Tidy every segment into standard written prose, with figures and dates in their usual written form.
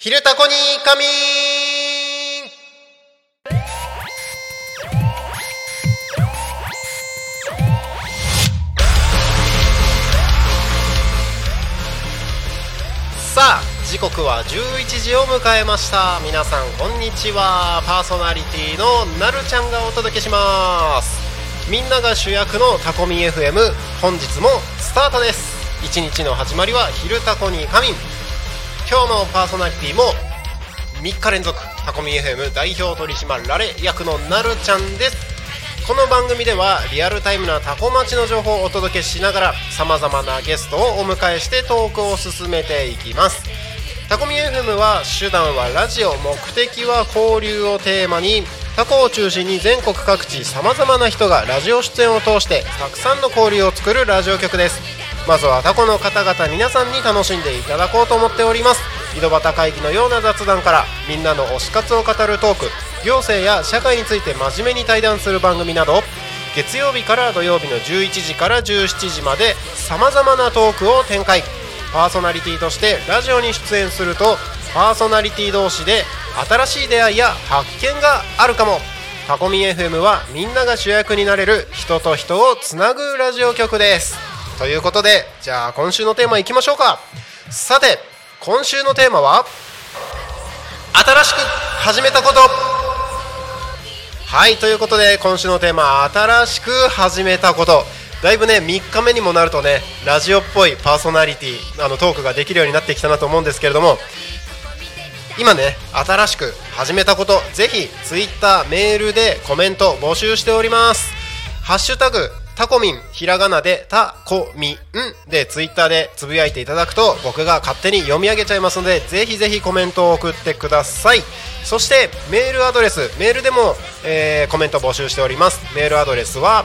昼タコに仮眠。さあ時刻は11時を迎えました。皆さんこんにちは。パーソナリティのなるちゃんがお届けします。みんなが主役のタコミ FM、 本日もスタートです。一日の始まりは昼タコに仮眠。今日のパーソナリティも3日連続タコミ FM 代表取締られ役のなるちゃんです。この番組ではリアルタイムなタコ町の情報をお届けしながらさまざまなゲストをお迎えしてトークを進めていきます。タコミ FM は手段はラジオ、目的は交流をテーマにタコを中心に全国各地さまざまな人がラジオ出演を通してたくさんの交流を作るラジオ局です。まずはタコの方々皆さんに楽しんでいただこうと思っております。井戸端会議のような雑談からみんなの推し活を語るトーク、行政や社会について真面目に対談する番組など、月曜日から土曜日の11時から17時までさまざまなトークを展開。パーソナリティとしてラジオに出演するとパーソナリティ同士で新しい出会いや発見があるかも。タコミ FM はみんなが主役になれる人と人をつなぐラジオ局です。ということでじゃあ今週のテーマいきましょうか。さて今週のテーマは新しく始めたこと。はい、ということで今週のテーマ新しく始めたこと。だいぶね3日目にもなるとねラジオっぽいパーソナリティトークができるようになってきたなと思うんですけれども、今ね新しく始めたこと、ぜひツイッターメールでコメント募集しております。ハッシュタグタコミン、ひらがなでタコミンでツイッターでつぶやいていただくと僕が勝手に読み上げちゃいますので、ぜひぜひコメントを送ってください。そしてメールアドレス、メールでも、コメント募集しております。メールアドレスは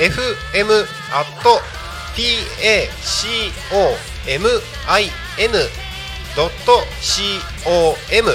fm@tacomin.com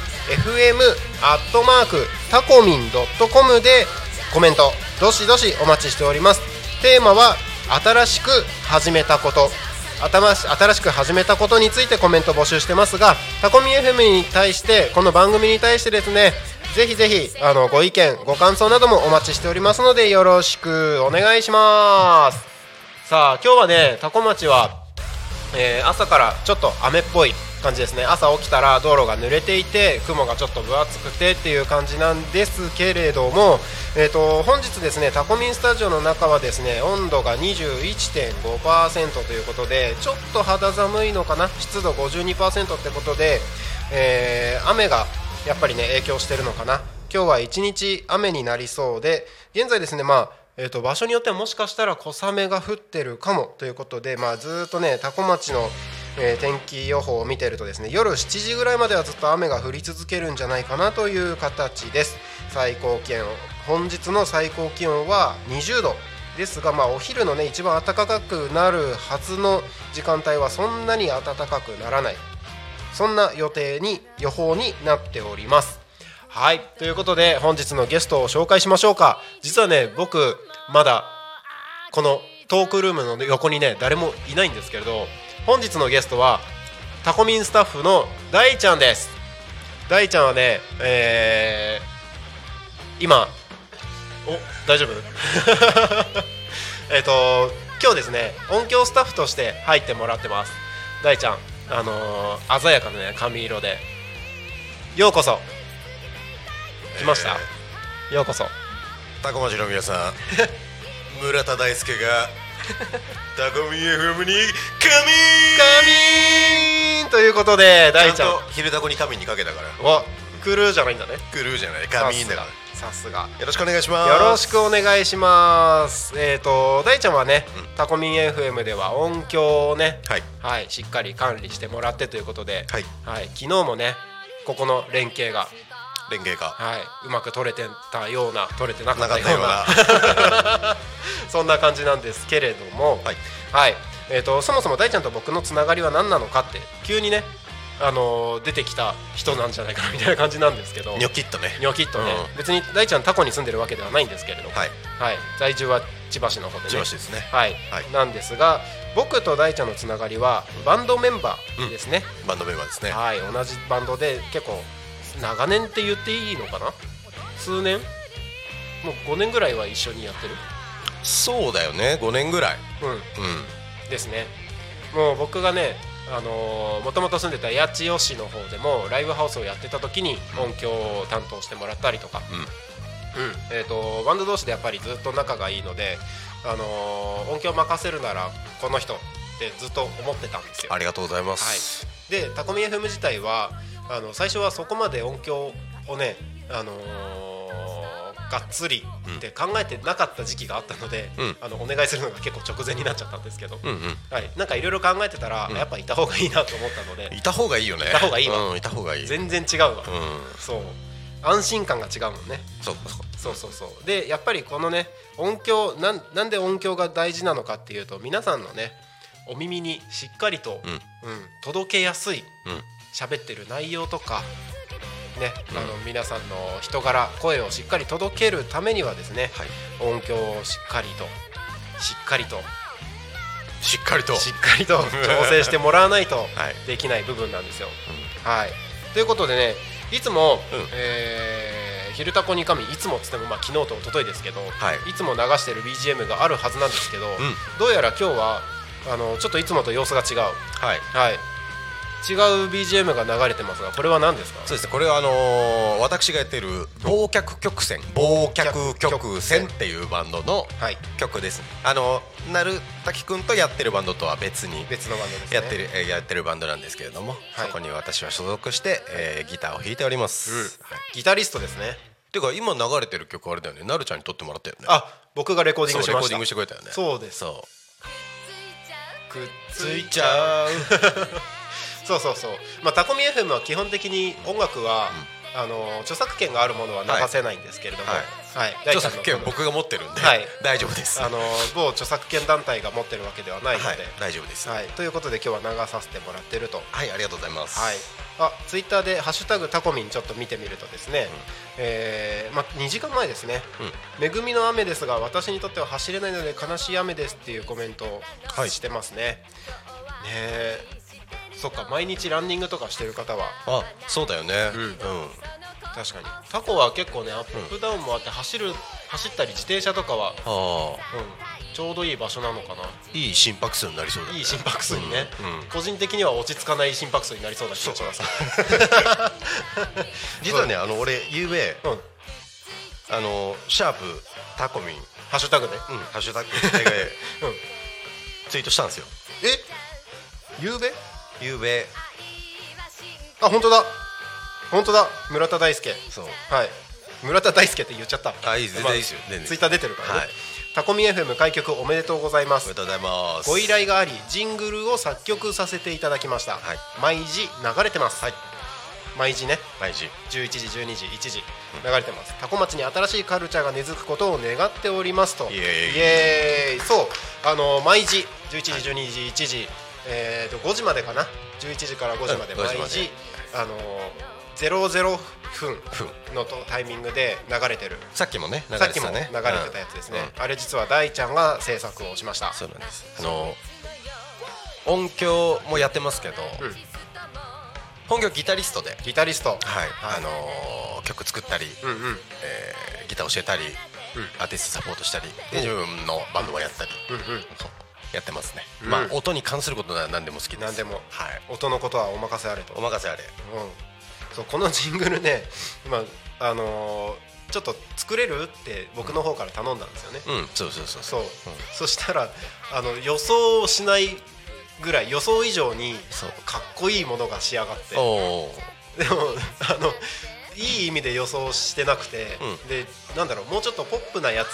fm@tacomin.com でコメントどしどしお待ちしております。テーマは新しく始めたこと、新しく始めたことについてコメント募集してますが、タコミ FM に対してこの番組に対してですね、ぜひぜひご意見ご感想などもお待ちしておりますのでよろしくお願いします。さあ今日はねタコ町は、朝からちょっと雨っぽい感じですね。朝起きたら道路が濡れていて雲がちょっと分厚くてっていう感じなんですけれども、本日ですねタコミンスタジオの中はですね温度が 21.5% ということでちょっと肌寒いのかな。湿度 52% ってことで、雨がやっぱりね影響してるのかな。今日は一日雨になりそうで、現在ですね場所によってはもしかしたら小雨が降ってるかもということで、ずっとねタコ町の天気予報を見てるとですね夜7時ぐらいまではずっと雨が降り続けるんじゃないかなという形です。最高気温、本日の最高気温は20度ですが、お昼のね一番暖かくなるはずの時間帯はそんなに暖かくならない、そんな予報になっております。はい、ということで本日のゲストを紹介しましょうか。実はね僕まだこのトークルームの横にね誰もいないんですけれど、本日のゲストはタコミンスタッフの大ちゃんです。大ちゃんはね、今大丈夫今日ですね音響スタッフとして入ってもらってます。大ちゃん鮮やかなね髪色でようこそ来ました、ようこそ。 タコ町の皆さん村田大輔がタコミ FM に仮眠ということで大ちゃんちゃんと昼タコに仮眠にかけたからクルーじゃないんだね。 クルーじゃない仮眠だから。 さすがよろしくお願いします。 よろしくお願いします。大ちゃんはね、タコミン FM では音響をね、はい、しっかり管理してもらってということで、はいはい、昨日もねここの連携がはい、うまく取れてたような取れてなかったようなそんな感じなんですけれども、はいはい、そもそも大ちゃんと僕のつながりは何なのかって急にね出てきた人なんじゃないかなみたいな感じなんですけど、 ニョキッとね、 別に大ちゃんタコに住んでるわけではないんですけれども、在住は千葉市の方でね、 千葉市ですね、 なんですが、僕と大ちゃんのつながりはバンドメンバーですね、 バンドメンバーですね、 同じバンドで結構長年って言っていいのかな、数年、もう5年ぐらいは一緒にやってる。 そうだよね、5年ぐらいですね。もう僕がね、もともと住んでた八千代市の方でもライブハウスをやってた時に音響を担当してもらったりとか、バンド同士でやっぱりずっと仲がいいので、音響任せるならこの人ってずっと思ってたんですよ。 ありがとうございます、 でタコミ FM 自体は最初はそこまで音響をね、がっつりって考えてなかった時期があったので、お願いするのが結構直前になっちゃったんですけど、なんかいろいろ考えてたら、やっぱいた方がいいなと思ったので、 いた方がいいよね、 いた方がいいわ、 いた方がいい、 全然違うわ、そう安心感が違うもんね。そうで、やっぱりこのね音響なんで音響が大事なのかっていうと、皆さんのねお耳にしっかりと、届けやすい喋ってる内容とかね、皆さんの人柄、声をしっかり届けるためにはですね、音響をしっかりと調整してもらわないとできない部分なんですよ。ということでね、いつも、昼タコに神、いつもっつっても昨日と一昨日ですけど、いつも流してる BGM があるはずなんですけど、どうやら今日はちょっといつもと様子が違う、違う BGM が流れてますが、これは何ですか？ そうですね、これは私がやっている忘却曲線っていうバンドの曲ですね。なるたきくんとやってるバンドとは別のバンドですね、やってるバンドなんですけれども、そこに私は所属して、ギターを弾いております、 ギタリストですね。 てか今流れてる曲あれだよね、なるちゃんに撮ってもらったよね。 僕がレコーディングしました。 レコーディングしてくれたよね。 そうです。 くっついちゃうそう、タコミ FM は基本的に音楽は、著作権があるものは流せないんですけれども、 著作権僕が持ってるんで、大丈夫です。 某著作権団体が持ってるわけではないので、 大丈夫です。 ということで今日は流させてもらってると。 ありがとうございます。 ツイッターでハッシュタグタコミンちょっと見てみるとですね、2時間前ですね、恵みの雨ですが私にとっては走れないので悲しい雨ですっていうコメントをしてますね。そっか、毎日ランニングとかしてる方は、 そうだよね。 確かにタコは結構ね、アップダウンもあって走ったり自転車とかはちょうどいい場所なのかな。 いい心拍数になりそうだね。 いい心拍数にね、個人的には落ち着かない心拍数になりそうだし、 実はね、俺ゆうべシャープタコミンハッシュタグでハッシュタグでツイートしたんですよ。 ゆうべ本当だ村田大輔。村田大輔って言っちゃった。 全然いいですよ。 ツイッター出てるからね。タコミ FM 開局おめでとうございます。 おめでとうございます。 ご依頼がありジングルを作曲させていただきました。毎時流れてます。毎時ね、11時12時1時流れてます。タコ町に新しいカルチャーが根付くことを願っておりますと。イエーイ。そう毎時11時12時1時5時までかな、11時から5時まで毎時00分のタイミングで流れてる。 さっきもね流れてたやつですね。あれ実は大ちゃんが制作をしました。 そうなんです。音響もやってますけど、本業ギタリストで曲作ったりギター教えたりアーティストサポートしたりで自分のバンドもやったりやってますね。音に関することは何でも好きです。 何でも音のことはお任せあれと。 お任せあれ。 そうこのジングルね、今ちょっと作れるって僕の方から頼んだんですよね。そしたら予想しないぐらい、予想以上にかっこいいものが仕上がって、でもいい意味で予想してなくて、でなんだろう、もうちょっとポップなやつ、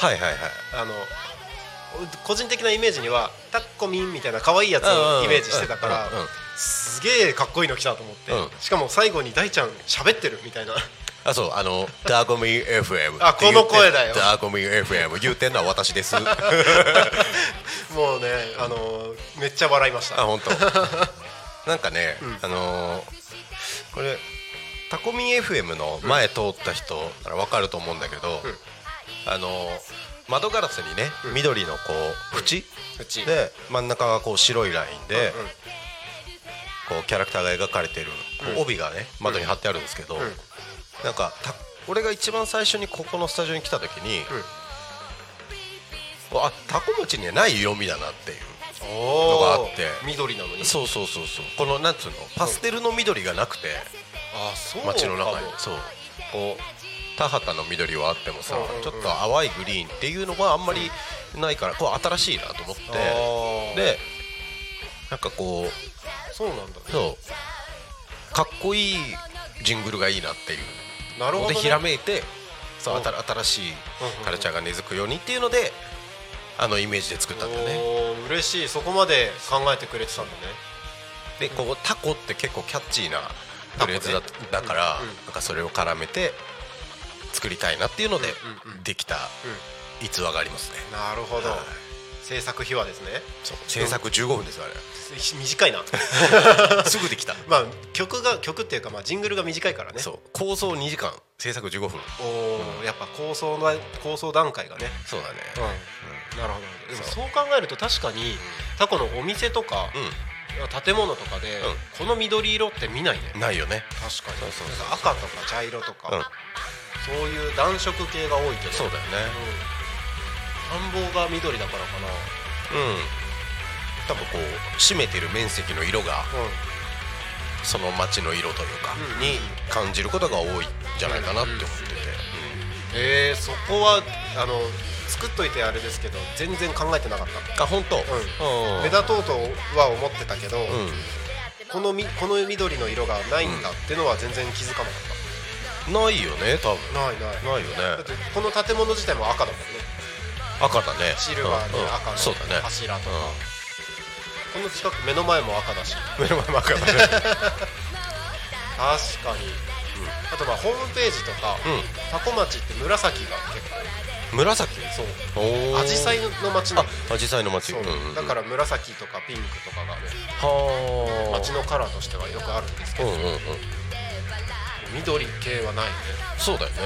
個人的なイメージにはタッコミンみたいな可愛いやつをイメージしてたから、すげえかっこいいの来たと思って、しかも最後に大ちゃん喋ってるみたいな。 そうダーコミン FM この声だよ。 ダーコミン FM 言うてんのは私です。もうねめっちゃ笑いました。 本当。 なんかね、これタコミン FM の前通った人なら分かると思うんだけど、窓ガラスにね、緑のこう縁で真ん中がこう白いラインでこうキャラクターが描かれてる帯がね窓に貼ってあるんですけど、なんか俺が一番最初にここのスタジオに来た時に、あ、タコ町にはない色味だなっていうのがあって、 緑なのに、 そうこのなんつうのパステルの緑がなくて、街の中にこう田畑の緑はあってもさ、ちょっと淡いグリーンっていうのがあんまりないから、こう新しいなと思って、でなんかこうそうなんだ、 そうかっこいいジングルがいいなっていうのでひらめいて、そう新しいカルチャーが根付くようにっていうのでイメージで作ったんだよね。 嬉しい、そこまで考えてくれてたんだね。 でここタコって結構キャッチーなフレーズだから、なんかそれを絡めて作りたいなっていうのでできた逸話がありますね。 なるほど、制作秘話ですね。 そう制作15分ですよあれ。 短いなすぐできた。 まあ曲っていうか、まあジングルが短いからね。 そう構想2時間制作15分。 やっぱ構想段階がね。 そうだね、 なるほど。でもそう考えると確かにタコのお店とか建物とかでこの緑色って見ないね。 ないよね。 確かに。赤とか茶色とかそういう暖色系が多いけど。 そうだよね。 田んぼが緑だからかな。 多分こう占めてる面積の色がその街の色というかに感じることが多いんじゃないかなって思ってて、そこは作っといてあれですけど全然考えてなかった。 あ、本当。 目立とうとは思ってたけど、この緑の色がないんだっていうのは全然気づかなかった。 ないよね、多分。 ないよね。 だってこの建物自体も赤だもんね。 赤だね。 シルバーで赤の柱とか、この近く目の前も赤だし。 目の前も赤だね確かに。あとまあホームページとかタコ町って紫が結構。 紫。 そう。アジサイの町なの。 アジサイの町。 だから紫とかピンクとかがね、町のカラーとしてはよくあるんですけど、緑系はないね。 そうだよね。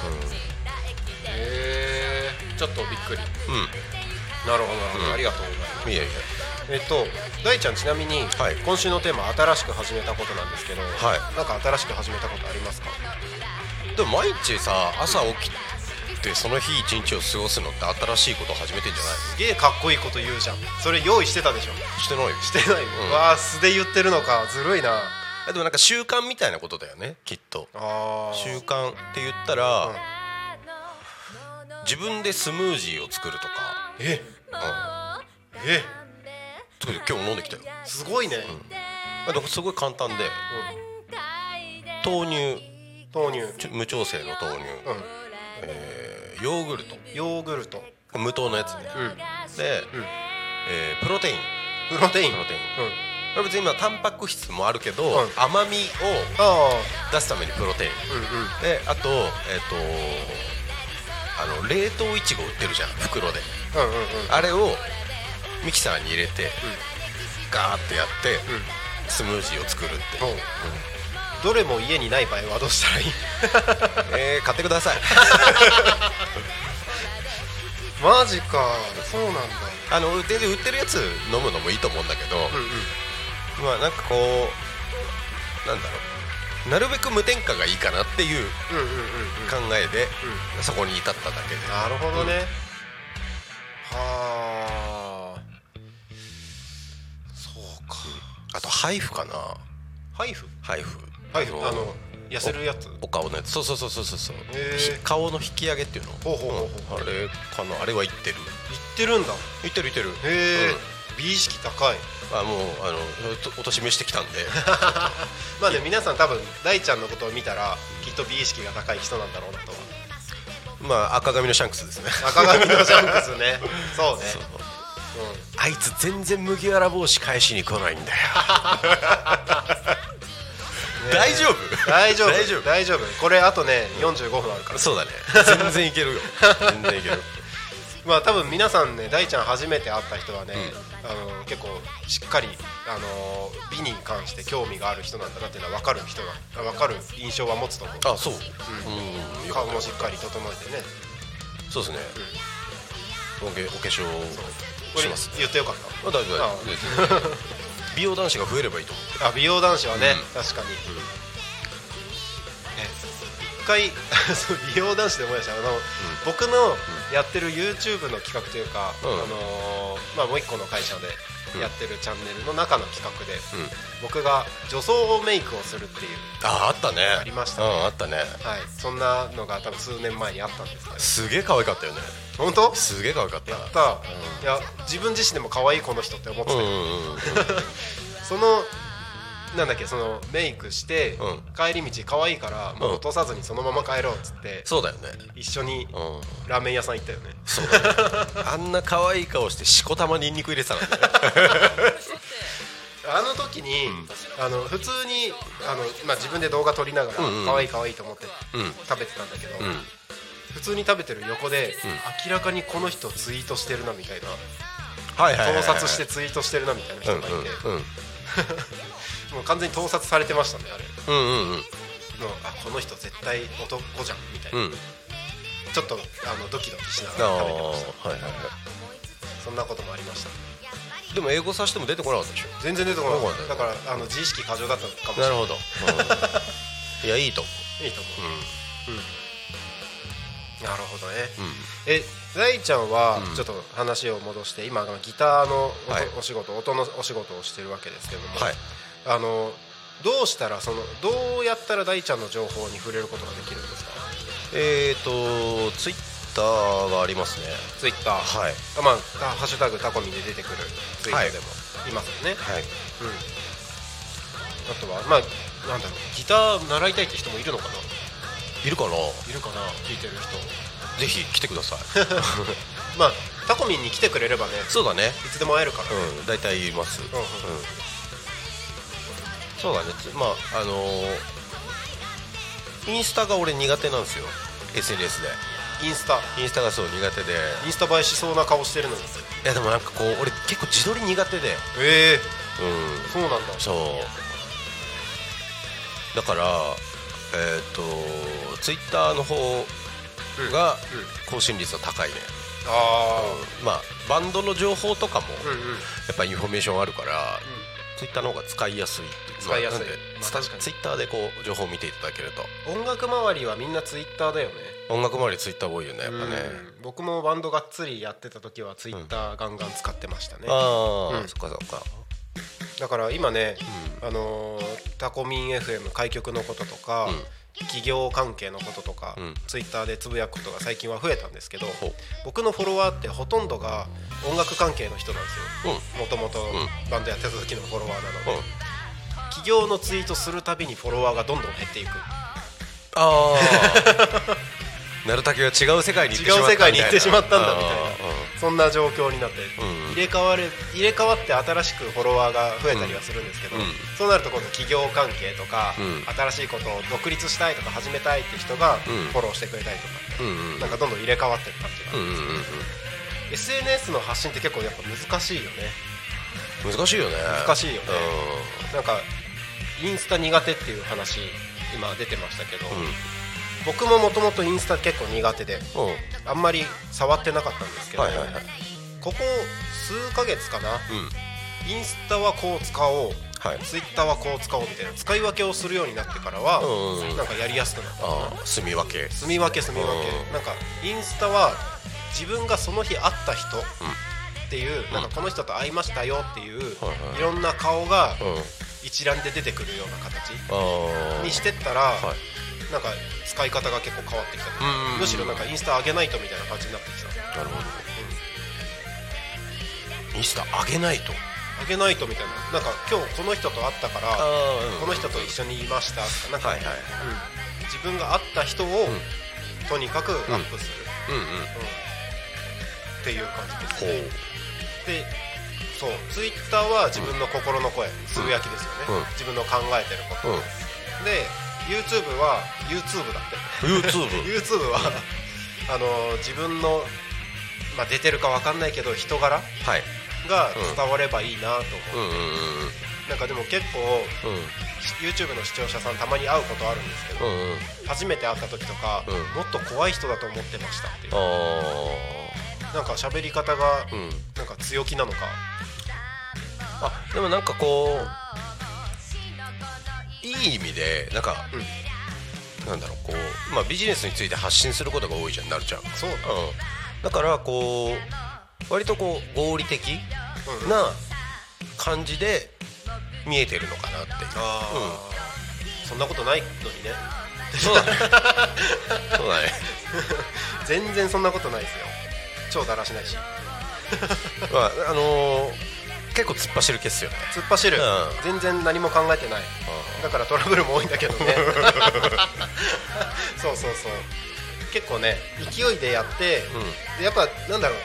ちょっとびっくり。なるほど、ありがとうございます。 いやいや。 大ちゃん、ちなみに今週のテーマ新しく始めたことなんですけど、なんか新しく始めたことありますか？ でも毎日さ、朝起きてその日一日を過ごすのって新しいことを始めてんじゃない？ すげえかっこいいこと言うじゃん。それ用意してたでしょ？ してないよ。 してない。わあ、素で言ってるのか、ずるいな。 でもなんか習慣みたいなことだよね、きっと。習慣って言ったら、自分でスムージーを作るとか。今日飲んできたよ。 すごいね。 すごい簡単で、豆乳無調整の豆乳、ヨーグルト無糖のやつね、で、プロテイン、別に今タンパク質もあるけど、甘みを出すためにプロテイン、であと冷凍いちご売ってるじゃん、袋で。あれをミキサーに入れてガーってやってスムージーを作るって。 どれも家にない場合はどうしたらいい？ 買ってください。 マジか。そうなんだ。 全然売ってるやつ飲むのもいいと思うんだけど、まあなんかこうなんだろう、なるべく無添加がいいかなっていう考えでそこに至っただけで。 なるほどね。はあ、そうか。 あとハイフかな。 ハイフ痩せるやつ、 お顔のやつ。そう顔の引き上げっていうの。あれかな。あれは言ってるんだ。言ってる。 美意識高い。 もうお年めしてきたんでまあね、皆さん多分大ちゃんのことを見たらきっと美意識が高い人なんだろうなとは。 まあ赤髪のシャンクスですね。 赤髪のシャンクスね。そうね。 あいつ全然麦わら帽子返しに来ないんだよ。大丈夫。これあとね45分あるから。 そうだね。全然いけるよ。全然いける。 まあ多分皆さんね、大ちゃん初めて会った人はね、結構しっかり美に関して興味がある人なんだなっていうのは分かる印象は持つと思う。 あ、そう、 顔もしっかり整えてね。 そうですね、お化粧します。 言ってよかった。 大丈夫。美容男子が増えればいいと思う。 美容男子はね、確かに。一回美容男子で思い出した僕のやってる YouTube の企画というか、もう一個の会社でやってるチャンネルの中の企画で、僕が女装メイクをするっていう、 あったね、 ありましたね。 あったね。 はい、そんなのが多分数年前にあったんですけど、 すげえ可愛かったよね。 本当？ すげえ可愛かった。 やった。いや、自分自身でも可愛いこの人って思ってたけど、そのなんだっけ、そのメイクして帰り道可愛いからもう落とさずにそのまま帰ろうっつって、 そうだよね、 一緒にラーメン屋さん行ったよね。 そうだね。あんな可愛い顔してしこたまにんにく入れてたからね。 あの時に普通に自分で動画撮りながら可愛い可愛いと思って食べてたんだけど、普通に食べてる横で明らかにこの人ツイートしてるなみたいな、盗撮してツイートしてるなみたいな人がいて、もう完全に盗撮されてましたね、あれ。この人絶対男じゃんみたいな、ちょっとドキドキしながら食べてました。そんなこともありました。 でも英語さしても出てこなかったでしょ。 全然出てこなかった。だから自意識過剰だったかもしれない。 なるほど。いや、いいと思う。 いいと思う。なるほどね。大ちゃんはちょっと話を戻して、今ギターのお仕事、音のお仕事をしてるわけですけども、どうしたらどうやったら大ちゃんの情報に触れることができるんですか？ ツイッターがありますね。 ツイッター、はい。ハッシュタグタコミンで出てくるツイートでもいますよね。はい。あとはなんだろう、ギター習いたいって人もいるのかな？ いるかな、 聞いてる人。 ぜひ来てください。 タコミンに来てくれればね。 そうだね。 いつでも会えるからね。 大体います。そうだね。インスタが俺苦手なんですよ。SNS で。インスタがそう苦手で。 インスタ映えしそうな顔してるのに。いやでもなんかこう俺結構自撮り苦手で。 そうなんだ。 そう。だからツイッターの方が更新率は高いね。バンドの情報とかもやっぱインフォメーションあるから、ツイッターの方が使いやすい。ツイッターでこう情報を見ていただけると。 音楽周りはみんなツイッターだよね。 音楽周りツイッター多いよね、やっぱね。 僕もバンドがっつりやってた時はツイッターガンガン使ってましたね。 そっかそっか。 だから今ね、タコミン FM 開局のこととか、企業関係のこととか、ツイッターでつぶやくことが最近は増えたんですけど、僕のフォロワーってほとんどが音楽関係の人なんですよ。もともとバンドやってた時のフォロワーなので、企業のツイートするたびにフォロワーがどんどん減っていく。 なるたけは違う世界に行ってしまったんだみたいな、そんな状況になって、入れ替わって新しくフォロワーが増えたりはするんですけど、そうなると今度企業関係とか、新しいことを独立したいとか始めたいって人がフォローしてくれたりとか、なんかどんどん入れ替わってる感じがあるんですけど、SNS の発信って結構やっぱ難しいよね。 難しいよね。 なんかインスタ苦手っていう話今出てましたけど、僕ももともとインスタ結構苦手で、あんまり触ってなかったんですけど、ここ数ヶ月かな、インスタはこう使おう、ツイッターはこう使おうみたいな使い分けをするようになってからは、なんかやりやすくなった。 住み分け。 なんかインスタは自分がその日会った人っていう、なんかこの人と会いましたよっていういろんな顔が一覧で出てくるような形にしてったら、なんか使い方が結構変わってきた。むしろなんかインスタ上げないとみたいな感じになってきた。 なるほど。インスタ上げないとみたいな。なんか今日この人と会ったからこの人と一緒にいましたとか、なんか自分が会った人をとにかくアップするっていう感じですね。で、そう、ツイッターは自分の心の声、つぶやきですよね。自分の考えてることで、YouTube は YouTube だって。YouTube は自分のまあ出てるか分かんないけど人柄が伝わればいいなと思って、なんかでも結構、YouTube の視聴者さんたまに会うことあるんですけど、初めて会った時とか、もっと怖い人だと思ってましたっていう、なんか喋り方がなんか強気なのか、 でもなんかこういい意味でなんか、なんだろう、こう、まあ、ビジネスについて発信することが多いじゃん、なるちゃん。 そうだ、 だからこう割とこう合理的な感じで見えてるのかなっていう。 そんなことないのにね。 そうだねそうだね全然そんなことないですよ。超だらしないしまあ結構突っ走るケースよね。 突っ走る、全然何も考えてない、だからトラブルも多いんだけどねそう結構ね勢いでやって、でやっぱなんだろう、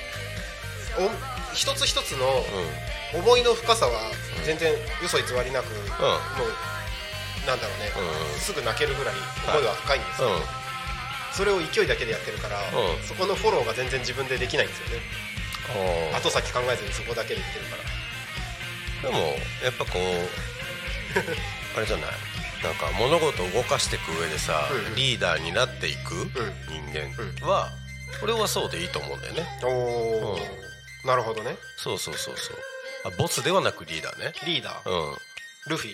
一つ一つの思いの深さは全然嘘偽りなく、もうなんだろうね、すぐ泣けるぐらい思いは深いんですけど、それを勢いだけでやってるから、そこのフォローが全然自分でできないんですよね。後先考えずにそこだけで言ってるから。 でもやっぱこうあれじゃない、なんか物事を動かしていく上でさ、リーダーになっていく人間は、俺はそうでいいと思うんだよね。 なるほどね。 そうボスではなくリーダーね。 リーダー、ルフィ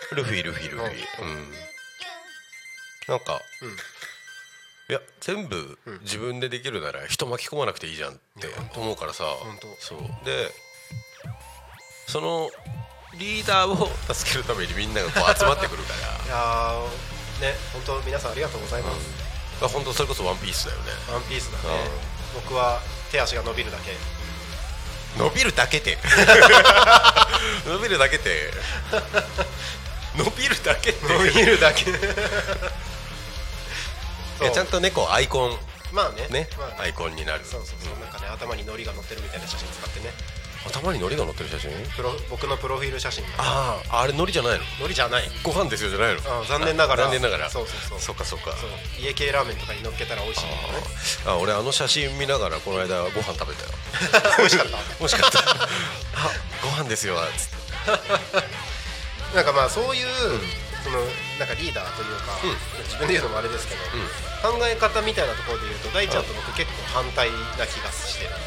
なんか、いや全部自分でできるなら人巻き込まなくていいじゃんって思うからさ。そうで、そのリーダーを助けるためにみんながこう集まってくるからいやね、本当皆さんありがとうございます。 本当それこそワンピースだよね。 ワンピースだね。僕は手足が伸びるだけ。 伸びるだけで伸びるだけで伸びるだけで伸びるだけちゃんと猫アイコン、 まあね、 アイコンになる。 そうなんかね、頭に海苔が乗ってるみたいな写真使ってね。 頭に海苔が乗ってる写真？ 僕のプロフィール写真。 あれ海苔じゃないの？ 海苔じゃない。 ご飯ですよじゃないの？ 残念ながら。 そうか。 家系ラーメンとかに乗っけたら美味しいのね。俺写真見ながらこの間ご飯食べたよ美味しかった美味しかったご飯ですよつってなんかまあそういう、そのなんかリーダーというか、自分で言うのもあれですけど、考え方みたいなところで言うと大ちゃんと僕結構反対な気がしてる。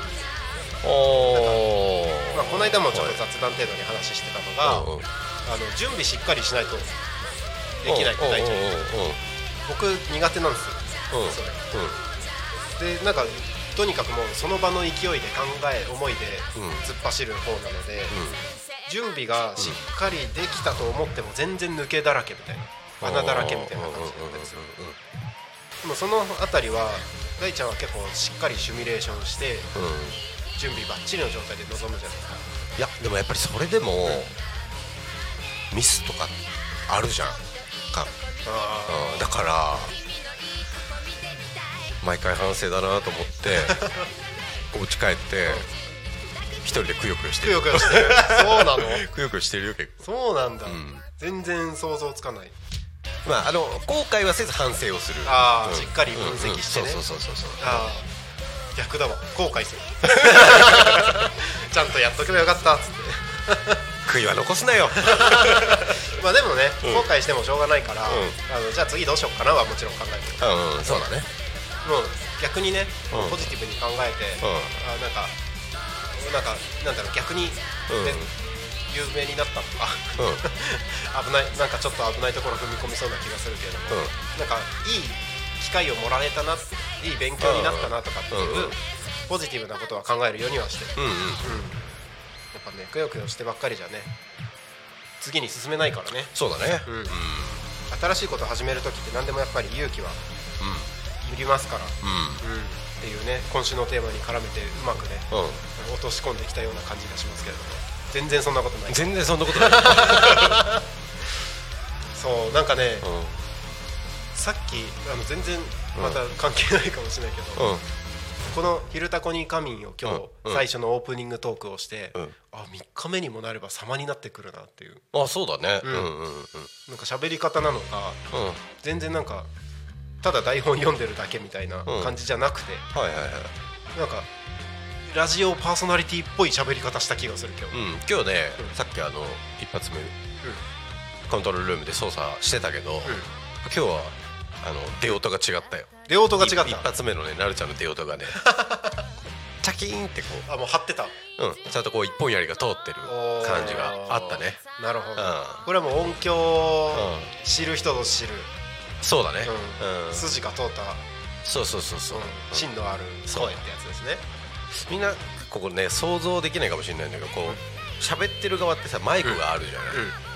まあこの間もちょっと雑談程度に話してたのが、準備しっかりしないとできないって大ちゃん言って、僕苦手なんですよ、それ。でなんかとにかくもうその場の勢いで思いで突っ走る方なので、準備がしっかりできたと思っても全然抜けだらけみたいな、穴だらけみたいな感じだったんですよ。でもそのあたりは大ちゃんは結構しっかりシミュレーションして、準備バッチリの状態で臨むじゃないですか。 いやでもやっぱりそれでも、ミスとかあるじゃんか。だから毎回反省だなと思ってお家帰って一人でくよくよしてる。そうなの？くよくよしてるよ結構。 そうなんだ、全然想像つかない。 まあ後悔はせず反省をする。 しっかり分析してね。 そう逆だわ、後悔するちゃんとやっとけばよかったっつって悔いは残すなよまあでもね、後悔してもしょうがないから、じゃあ次どうしようかなはもちろん考えてる。 そうだね。 もう逆にね、ポジティブに考えて、なんだろう、逆に、有名になったとか危ない、なんかちょっと危ないところ踏み込みそうな気がするけれども、なんかいい機会をもらえたな、いい勉強になったなとかっていうポジティブなことは考えるようにはしてる。やっぱね、くよくよしてばっかりじゃね、次に進めないからね。 そうだね。 新しいことを始めるときって何でもやっぱり勇気はいりますから、っていうね、今週のテーマに絡めてうまくね、落とし込んできたような感じがしますけれども、全然そんなことない。 全然そんなことないそう、なんかね、さっき全然また関係ないかもしれないけど、この「昼タコに仮眠」を今日最初のオープニングトークをして、3日目にもなれば様になってくるなっていう。 そうだね。 なんか喋り方なのか、全然なんかただ台本読んでるだけみたいな感じじゃなくて、 なんかラジオパーソナリティっぽい喋り方した気がする今日。 今日ね、さっき一発目、コントロールルームで操作してたけど、今日は出音が違ったよ。 出音が違った。 一発目のね、なるちゃんの出音がねチャキーンってこう、 もう張ってた。 ちゃんとこう一本槍が通ってる感じがあったね。 なるほど、これはもう音響を知る人ぞ知る、 そうだね、 筋が通った、 そう芯のある声ってやつですね。 みんなここね想像できないかもしれないんだけど、こう喋ってる側ってさ、マイクがあるじゃない、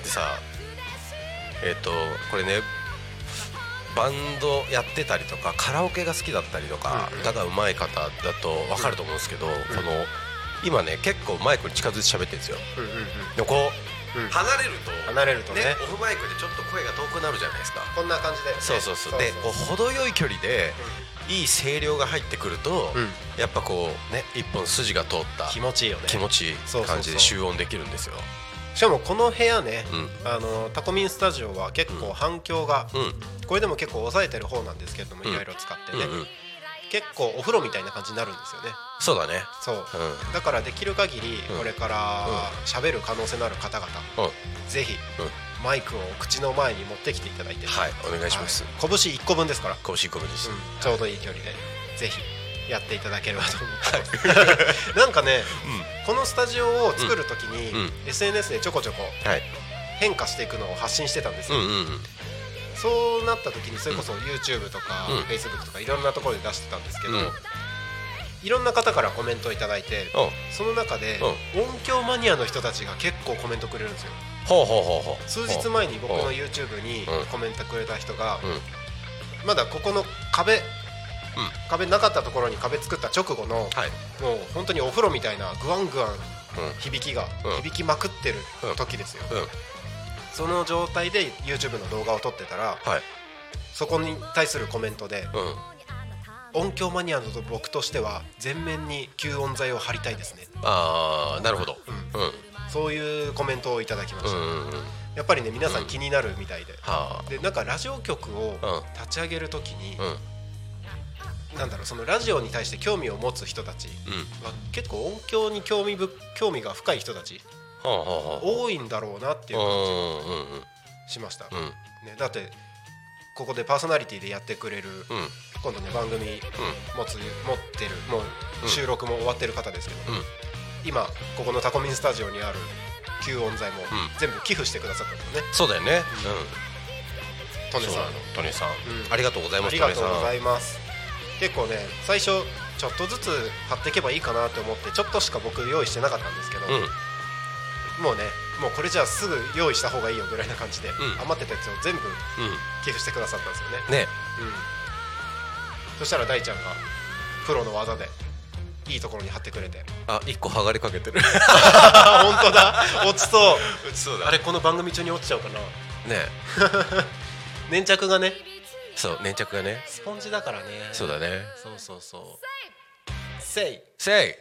でさ、これね、バンドやってたりとかカラオケが好きだったりとか、歌が上手い方だと分かると思うんですけど、この今ね結構マイクに近づいて喋ってるんですよ。でもこう離れるとね、オフマイクでちょっと声が遠くなるじゃないですか。 こんな感じで、 そうで、こう程よい距離でいい声量が入ってくると、やっぱこうね、一本筋が通った気持ちいいよね。 気持ちいい感じで集音できるんですよ。 しかもこの部屋ね、タコミンスタジオは結構反響が、これでも結構抑えてる方なんですけれども、いろいろ使ってね、結構お風呂みたいな感じになるんですよね。 そうだね。 そう、だからできる限りこれから喋る可能性のある方々、ぜひマイクを口の前に持ってきていただいて、 はいお願いします。 拳1個分ですから、 拳1個分です、 ちょうどいい距離でぜひやっていただければと思ってますなんかね、このスタジオを作るときに SNS でちょこちょこ変化していくのを発信してたんですよ。そうなったときにそれこそ YouTube とか Facebook とかいろんなところで出してたんですけど、いろんな方からコメントをいただいて、その中で音響マニアの人たちが結構コメントくれるんですよ。数日前に僕の YouTube にコメントくれた人が、まだここの壁なかったところに壁作った直後の、もう本当にお風呂みたいなグワングワン響きまくってる時ですよ。その状態で YouTube の動画を撮ってたら、そこに対するコメントで、音響マニアの僕としては全面に吸音材を貼りたいですね。 なるほど、 そういうコメントをいただきました。やっぱりね、皆さん気になるみたいで、なんかラジオ局を立ち上げるときに、なんだろう、そのラジオに対して興味を持つ人たちは結構音響に興味が深い人たち多いんだろうなっていう感じしました、だってここでパーソナリティでやってくれる、今度ね番組持ってる、もう収録も終わってる方ですけど、今ここのタコミンスタジオにある吸音材も全部寄付してくださったんですね。 そうだよね。 トネさん、 ありがとうございます。 ありがとうございます。結構ね、最初ちょっとずつ貼っていけばいいかなと思ってちょっとしか僕用意してなかったんですけど、もうこれじゃあすぐ用意した方がいいよぐらいな感じで、余ってたやつを全部寄付してくださったんですよね。そしたら大ちゃんがプロの技でいいところに貼ってくれて、 1個剥がれかけてる本当だ、落ちそうだ。 あれ、この番組中に落ちちゃうかなね粘着がね、 そう粘着がね、 スポンジだからね。 そうだね。 そうせい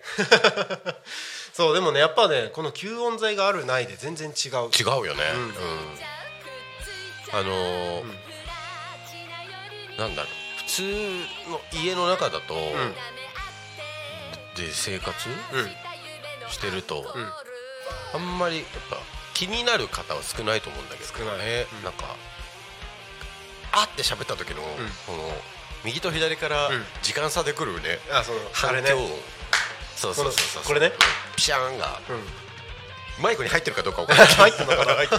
そう、でもね、やっぱね、この吸音材があるないで全然違うよね。なんだろう、普通の家の中だと、で生活してると、あんまりやっぱ気になる方は少ないと思うんだけどね。なんかって喋った時のこの右と左から時間差でくるね、反響音、そうこれね、 ピシャーンがマイクに入ってるかどうか分からない。 入ってるのかな引っ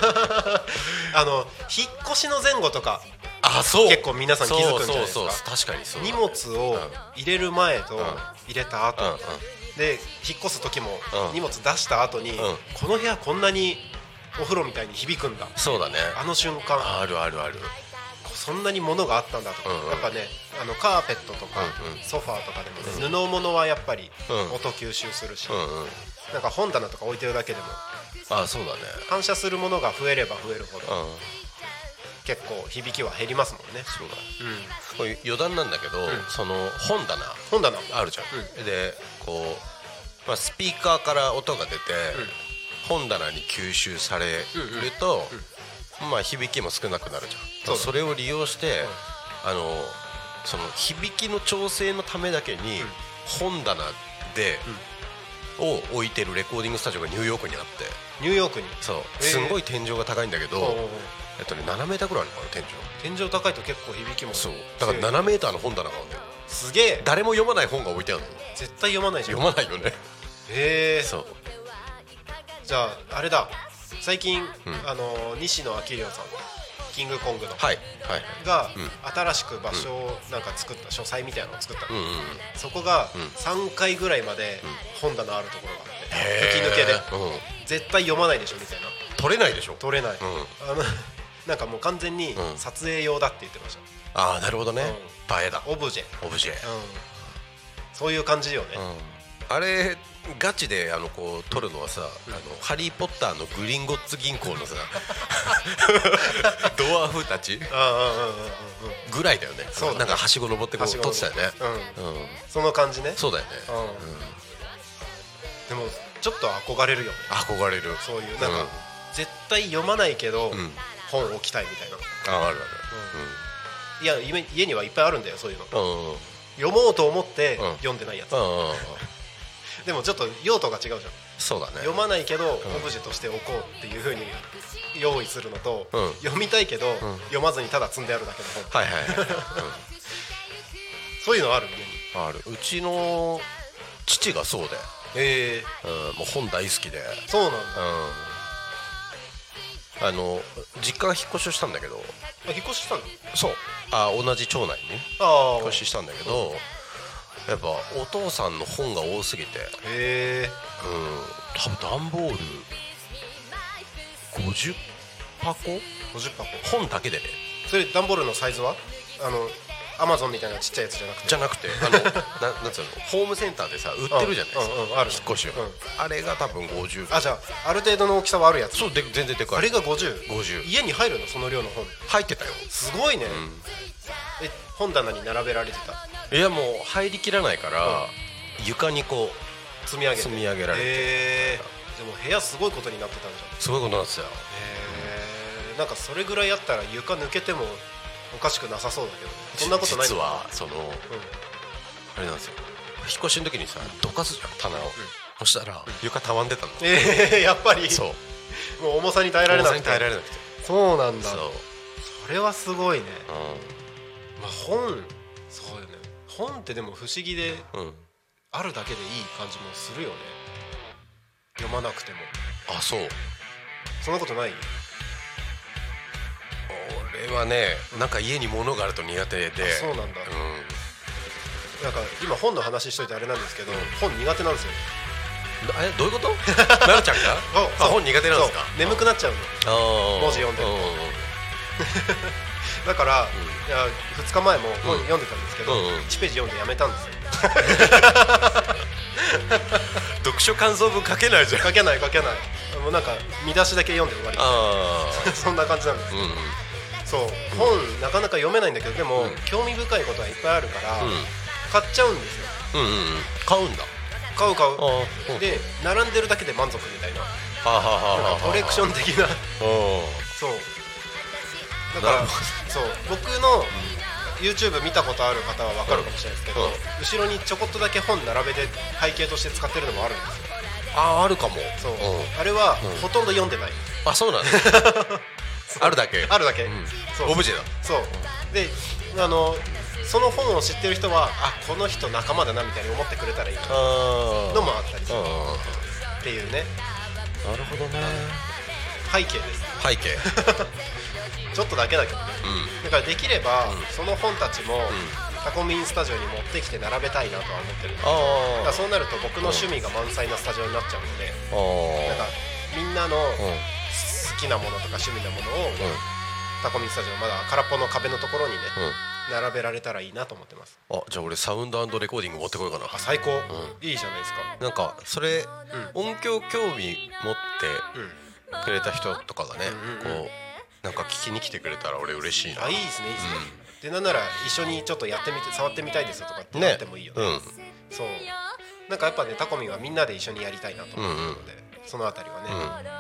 越しの前後とか結構皆さん気づくんじゃないですか。 確かにそう。 荷物を入れる前と入れた後で、引っ越す時も荷物出した後に、この部屋こんなにお風呂みたいに響くんだ。 そうだね。 あの瞬間ある。 そんなに物があったんだとか、やっぱね、カーペットとかソファーとかでもね、布物はやっぱり音吸収するし、なんか本棚とか置いてるだけでもそうだね、 反射するものが増えれば増えるほど結構響きは減りますもんね。 そうだ、これ余談なんだけど、その本棚あるじゃん、でこう、スピーカーから音が出て、本棚に吸収されると、響きも少なくなるじゃん。それを利用して、その響きの調整のためだけに本棚で、を置いてるレコーディングスタジオがニューヨークにあって。 ニューヨークに。 そうすんごい天井が高いんだけど、7メーターぐらいあるのかな天井高いと結構響きも。 そうだから7メーターの本棚があるんだよ。 すげえ。 誰も読まない本が置いてあるの。 絶対読まないじゃん。 読まないよね。そうじゃああれだ、最近、西野昭弘さん、キングコングの、が、新しく場所をなんか作った、書斎みたいなのを作ったの、そこが、3階ぐらいまで本棚あるところがあって、吹き抜けで、絶対読まないでしょみたいな。 取れないでしょ。 取れない、なんかもう完全に撮影用だって言ってました。 ああなるほどね。映えだ。 オブジェ、そういう感じよね。 あれガチでこう撮るのはさ、ハリー・ポッターのグリンゴッツ銀行のさドワーフたちぐらいだよね。なんかはしご登ってこう撮ってたよね。 その感じね。 そうだよね。 でもちょっと憧れるよね。 憧れる。 そういうなんか絶対読まないけど本置きたいみたいな。 あるある。 いや家にはいっぱいあるんだよ、そういうの。読もうと思って読んでないやつ。でもちょっと用途が違うじゃん。 そうだね。 読まないけどオブジェとして置こうっていう風に用意するのと、読みたいけど読まずにただ積んであるだけの本。そういうのある？家にある。うちの父がそうで、もう本大好きで。 そうなんだ。 実家が引っ越しをしたんだけど。 引っ越ししたの？ そう。同じ町内にね引っ越ししたんだけど、やっぱお父さんの本が多すぎて、多分段ボール50箱本だけでね。 それ段ボールのサイズはアマゾンみたいなちっちゃいやつじゃなくてなんつうの、ホームセンターでさ売ってるじゃないですか、引っ越しを。あれが多分50。 じゃあある程度の大きさはあるやつ。 そうで全然でかい。 あれが50。家に入るの？その量の本入ってたよ。 すごいね。本棚に並べられてた？ いやもう入りきらないから床にこう積み上げられて。でも部屋すごいことになってたんじゃん。 すごいことになってたよ。 なんかそれぐらいやったら床抜けてもおかしくなさそうだけど、そんなことない。 実はあれなんですよ、引っ越しの時にさどかすじゃん棚を。そしたら床たわんでたの。 やっぱり。 そう、 もう重さに耐えられなくて。そうなんだ。それはすごいね。本、そうよね。本ってでも不思議で、あるだけでいい感じもするよね、読まなくても。 そう。 そんなことない？ 俺はね、なんか家に物があると苦手で。 そうなんだ。なんか今本の話しといてあれなんですけど、本苦手なんですよ。 どういうこと？なるちゃんが本苦手なんですか？ 眠くなっちゃうの、文字読んでると。だから2日前も本読んでたんですけど、1ページ読んでやめたんですよ。 読書感想文書けないじゃん。 書けない。もうなんか見出しだけ読んで終わり。そんな感じなんです。そう、本なかなか読めないんだけど、でも興味深いことはいっぱいあるから買っちゃうんですよ。 買うんだ。 買うで、並んでるだけで満足みたいな、コレクション的な。そうだから、そう、僕の YouTube 見たことある方は分かるかもしれないですけど、後ろにちょこっとだけ本並べて背景として使ってるのもあるんですよ。 あるかも。 そう、あれはほとんど読んでない。 そうなんだ。あるだけ。オブジェだ。 そうで、その本を知ってる人はこの人仲間だなみたいに思ってくれたらいいのもあったりするっていうね。 なるほどね。 背景です。 背景ちょっとだけだけどね。だからできればその本たちもタコミンスタジオに持ってきて並べたいなとは思ってるんです。だからそうなると僕の趣味が満載なスタジオになっちゃうので、なんかみんなの好きなものとか趣味なものをタコミンスタジオのまだ空っぽの壁のところにね並べられたらいいなと思ってます。 じゃあ俺サウンド&レコーディング持ってこようかな。 最高、いいじゃないですか。 なんかそれ、音響興味持ってくれた人とかがね、こうなんか聞きに来てくれたら俺嬉しいな。 いいですね、いいですね。でなんなら一緒にちょっとやってみて触ってみたいですとかってなってもいいよね。そう、なんかやっぱねタコミンはみんなで一緒にやりたいなと思ってるので、そのあたりはね、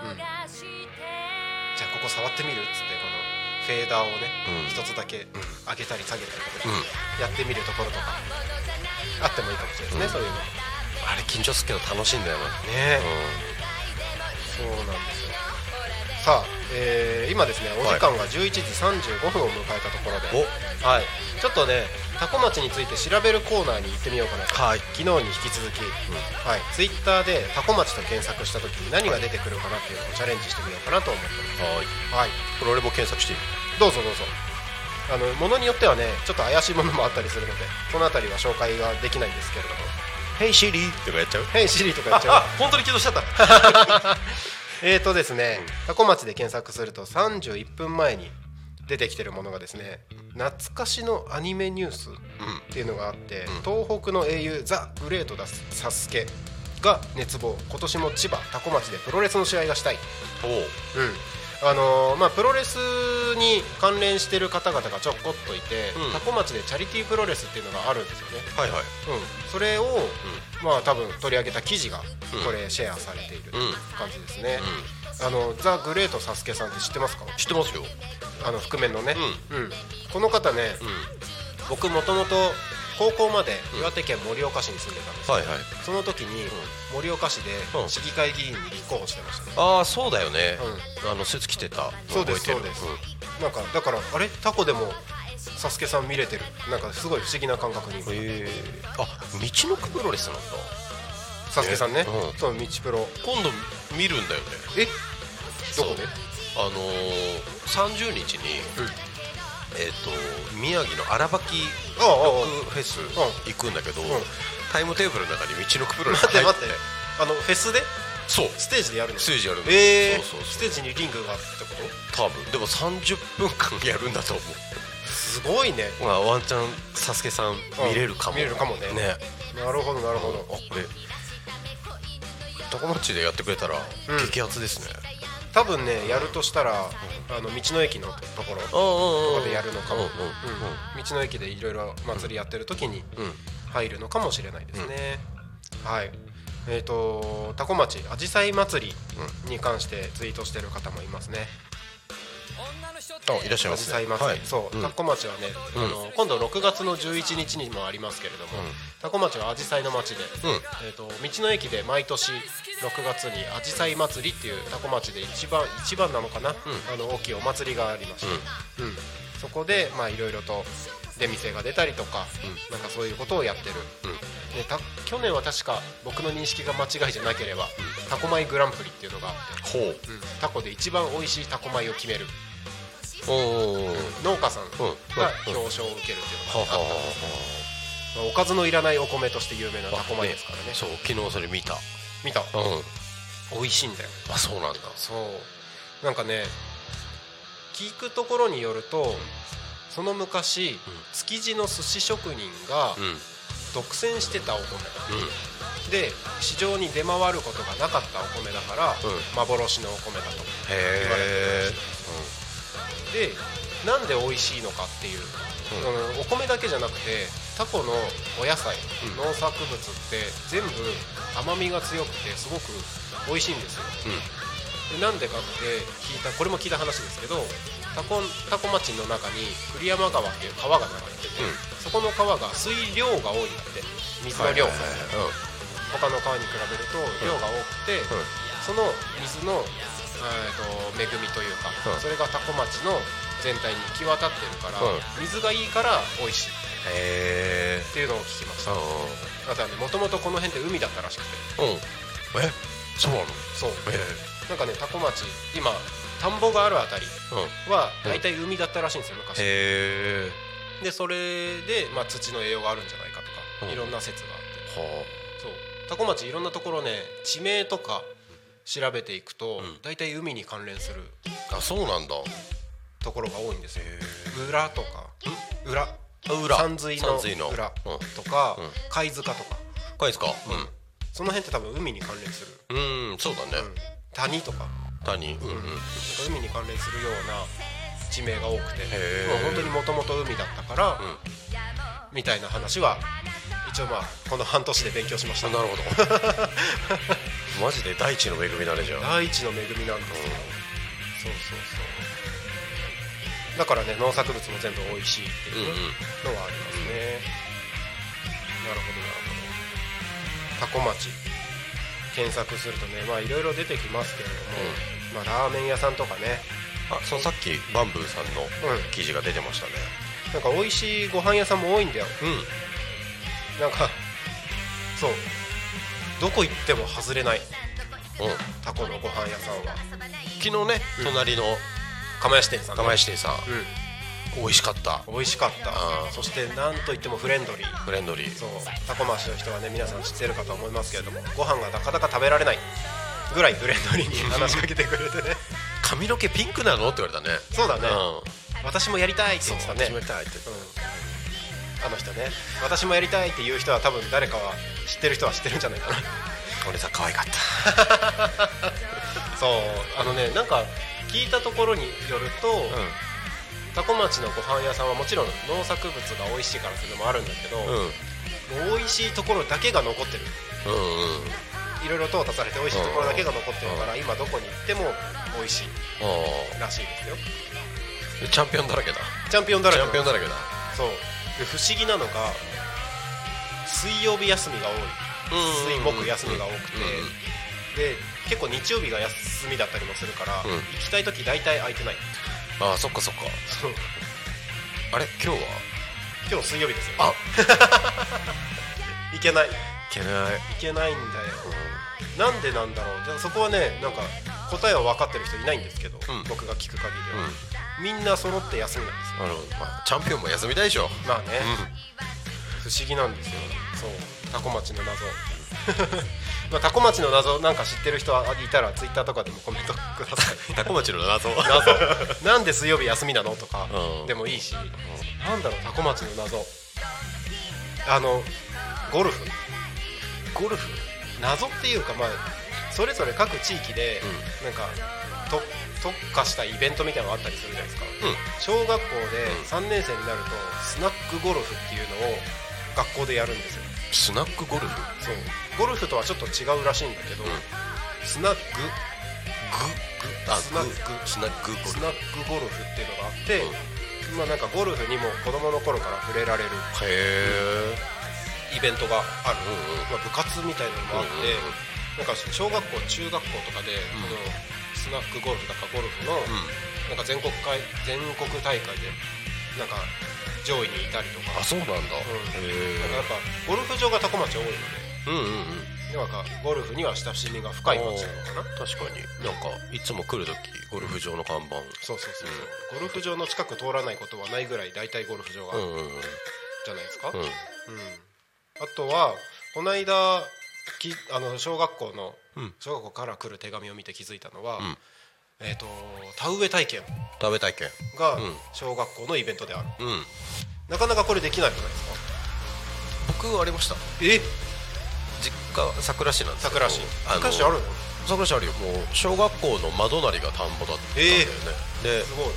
じゃあここ触ってみるっつってこのフェーダーをね一つだけ上げたり下げたりとかやってみるところとかあってもいいかもしれないですね、そういうのあれ緊張するけど楽しいんだよね。そうなんですよ。さあ、今ですねお時間が11時35分を迎えたところで、はい、ちょっとねタコ町について調べるコーナーに行ってみようかなと、はい、昨日に引き続き、はい、ツイッターでタコ町と検索した時に何が出てくるかなっていうのをチャレンジしてみようかなと思ってます。はい、 これ俺も検索していい？ どうぞどうぞ。ものによってはねちょっと怪しいものもあったりするのでそのあたりは紹介ができないんですけれども、 ヘイシリとかやっちゃう？ ヘイシリとかやっちゃう。 あ、本当に起動しちゃったですね、タコ町で検索すると31分前に出てきてるものがですね、懐かしのアニメニュースっていうのがあって、東北の英雄ザ・グレートだサスケが熱望、今年も千葉タコ町でプロレスの試合がしたい。プロレスに関連してる方々がちょこっといて、タコ町でチャリティープロレスっていうのがあるんですよね。はいはい。それを、多分取り上げた記事がこれシェアされている感じですね。ザ・グレートサスケさんって知ってますか？ 知ってますよ。 覆面のね。この方ね、僕もともと高校まで岩手県盛岡市に住んでたんですけど、その時に盛岡市で市議会議員に立候補してましたね。 ああそうだよね、スーツ着てた。 そうですそうです。なんかだからあれタコでもサスケさん見れてる、なんかすごい不思議な感覚に。 あ、道のくプロレスなんだサスケさんね。そう、道プロ今度見るんだよね。 どこで ？30日に宮城の荒ばきロックフェス行くんだけど、タイムテーブルの中に道のくプロレス入って。 待って、フェスで？ そう、 ステージでやるの？ ステージやるの。 ステージにリングがあってこと？ 多分でも30分間やるんだと思う。 すごいね。 ワンチャンサスケさん見れるかも。 見れるかもね。なるほどなるほど。 これタコ町でやってくれたら激アツですね。 多分ねやるとしたら道の駅のところとかでやるのかも。道の駅でいろいろ祭りやってる時に入るのかもしれないですね。はい。タコ町あじさい祭りに関してツイートしてる方もいますね。 いらっしゃいますね。 あじさい祭り、そう、タコ町はね、今度6月の11日にもありますけれども、タコ町はあじさいの町で、道の駅で毎年6月にあじさい祭りっていうタコ町で一番なのかな、大きいお祭りがありまして、そこでいろいろと出店が出たりとか、なんかそういうことをやってる。で去年は確か僕の認識が間違いじゃなければ、タコ米グランプリっていうのがあって、タコで一番美味しいタコ米を決める農家さんが表彰を受けるっていうのがあったんですけど、おかずのいらないお米として有名なタコ米ですからね。 そう、昨日それ見た。 美味しいんだよ。 あ、そうなんだ。 そうなんかね、聞くところによると、その昔築地の寿司職人が独占してたお米で市場に出回ることがなかったお米だから、幻のお米だと言われてるらしいです。で、なんで美味しいのかっていう、お米だけじゃなくてタコのお野菜、農作物って全部甘みが強くてすごく美味しいんですよ。でなんでかってこれも聞いた話ですけど、タコ町の中に栗山川っていう川が流れてて、そこの川が水量が多いんだって。水の量、他の川に比べると量が多くて、その水の恵みというか、それがタコ町の全体に行き渡ってるから、水がいいから美味しいっていうのを聞きました。あとはね、もともとこの辺って海だったらしくて。 そうなの？ そう、なんかね、タコ町今田んぼがあるあたりは大体海だったらしいんですよ、昔。でそれで土の栄養があるんじゃないかとか、いろんな説があって、そうタコ町いろんなところね、地名とか調べていくと大体海に関連するそうなんだところが多いんですよ。裏とか山水の裏とか貝塚とか。 貝塚、 その辺って多分海に関連する。 そうだね。 谷とかなんか海に関連するような地名が多くて、もう本当にもともと海だったから、みたいな話は一応この半年で勉強しました。 なるほどマジで大地の恵みだね。じゃあ大地の恵みなんですよ。そうだからね、農作物も全部美味しいっていうのはありますね。 タコ町検索するとね、まあいろいろ出てきますけれども、まあラーメン屋さんとかね、 そのさっきバンブーさんの記事が出てましたね。 なんか美味しいご飯屋さんも多いんだよ。なんかそうどこ行っても外れない、タコのご飯屋さんは。 昨日ね、隣の釜石店さん、 釜石店さん、美味しかった。 美味しかった。そしてなんといってもフレンドリー。そう、タコ町の人はね、皆さん知ってるかと思いますけれども、ご飯がなかなか食べられないぐらいフレンドリーに話しかけてくれてね髪の毛ピンクなのって言われたね。 そうだね、私もやりたいって言ってたね。 私もやりたいって、 あの人ね、私もやりたいっていう人は多分誰かは知ってる人は知ってるんじゃないかな俺さ可愛かったそうね、なんか聞いたところによると、タコ町のご飯屋さんはもちろん農作物が美味しいからっていうのもあるんだけど、美味しいところだけが残ってる、いろいろ淘汰されて美味しいところだけが残ってるから、今どこに行っても美味しいらしいですよ。 チャンピオンだらけだ。 チャンピオンだらけだ。そうで、不思議なのが水曜日休みが多い、水木休みが多くて、で結構日曜日が休みだったりもするから、行きたい時大体空いてない。 そっか。そうあれ今日水曜日ですよ。いけないんだよ。なんでなんだろう。じゃあそこはね、なんか答えは分かってる人いないんですけど、僕が聞く限りは、みんな揃って休みなんですよ。 なるほど。チャンピオンも休みたいでしょ。 まあね、不思議なんですよ。そうタコ町の謎タコ町の謎なんか知ってる人いたらツイッターとかでもコメントくださいタコ町の謎なんで水曜日休みなのとかでもいいし、なんだろう、タコ町の謎、ゴルフ謎っていうか、まあそれぞれ各地域でなんか特化したイベントみたいなのがあったりするじゃないですか。小学校で3年生になるとスナックゴルフっていうのを学校でやるんですよ。 スナックゴルフ。 そう、ゴルフとはちょっと違うらしいんだけど、スナックゴルフっていうのがあって、まあなんかゴルフにも子供の頃から触れられるイベントがある、部活みたいなのもあって、なんか小学校中学校とかでこのスナックゴルフだかゴルフのなんか全国大会でなんか上位にいたりとか。 そうなんだ。なんかやっぱゴルフ場がタコ町多いので、なんかゴルフには親しみが深い町なのかな。 確かに、なんかいつも来るときゴルフ場の看板、 そうゴルフ場の近く通らないことはないぐらい大体ゴルフ場があるじゃないですか。あとはこの間小学校から来る手紙を見て気づいたのは、田植え体験が小学校のイベントである。なかなかこれできないじゃないですか。 僕ありました。実家桜市なんですけど。桜市あるの？ 桜市あるよ。もう小学校の窓なりが田んぼだったんだよね。ですごい。